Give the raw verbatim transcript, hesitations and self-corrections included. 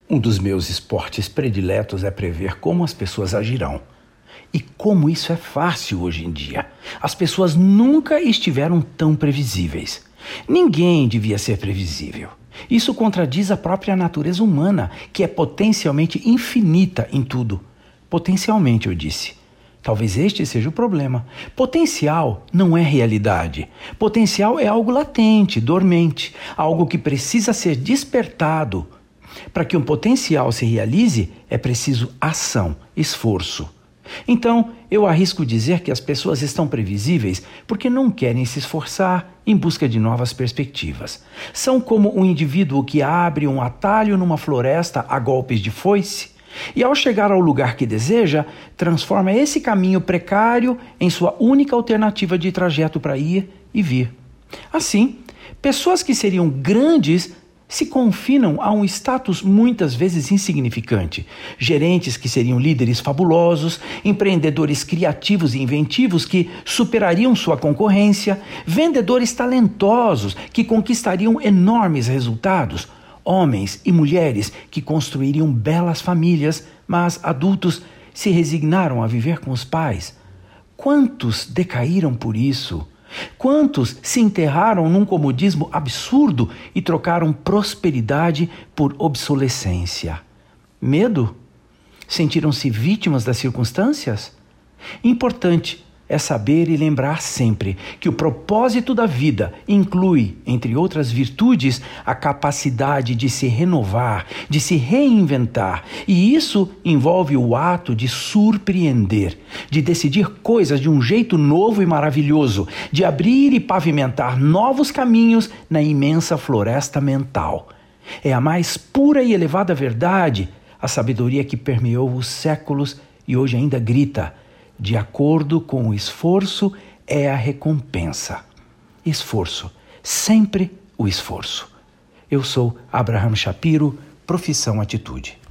Um dos meus esportes prediletos é prever como as pessoas agirão. E como isso é fácil hoje em dia. As pessoas nunca estiveram tão previsíveis. Ninguém devia ser previsível. Isso contradiz a própria natureza humana, que é potencialmente infinita em tudo. Potencialmente, eu disse. Talvez este seja o problema. Potencial não é realidade. Potencial é algo latente, dormente, algo que precisa ser despertado. Para que um potencial se realize, é preciso ação, esforço. Então, eu arrisco dizer que as pessoas estão previsíveis porque não querem se esforçar em busca de novas perspectivas. São como um indivíduo que abre um atalho numa floresta a golpes de foice e, ao chegar ao lugar que deseja, transforma esse caminho precário em sua única alternativa de trajeto para ir e vir. Assim, pessoas que seriam grandes se confinam a um status muitas vezes insignificante. Gerentes que seriam líderes fabulosos, empreendedores criativos e inventivos que superariam sua concorrência, vendedores talentosos que conquistariam enormes resultados, homens e mulheres que construiriam belas famílias, mas adultos se resignaram a viver com os pais. Quantos decaíram por isso? Quantos se enterraram num comodismo absurdo e trocaram prosperidade por obsolescência? Medo? Sentiram-se vítimas das circunstâncias? Importante é saber e lembrar sempre que o propósito da vida inclui, entre outras virtudes, a capacidade de se renovar, de se reinventar. E isso envolve o ato de surpreender, de decidir coisas de um jeito novo e maravilhoso, de abrir e pavimentar novos caminhos na imensa floresta mental. É a mais pura e elevada verdade, a sabedoria que permeou os séculos e hoje ainda grita: de acordo com o esforço é a recompensa. Esforço, sempre o esforço. Eu sou Abraham Shapiro, profissão atitude.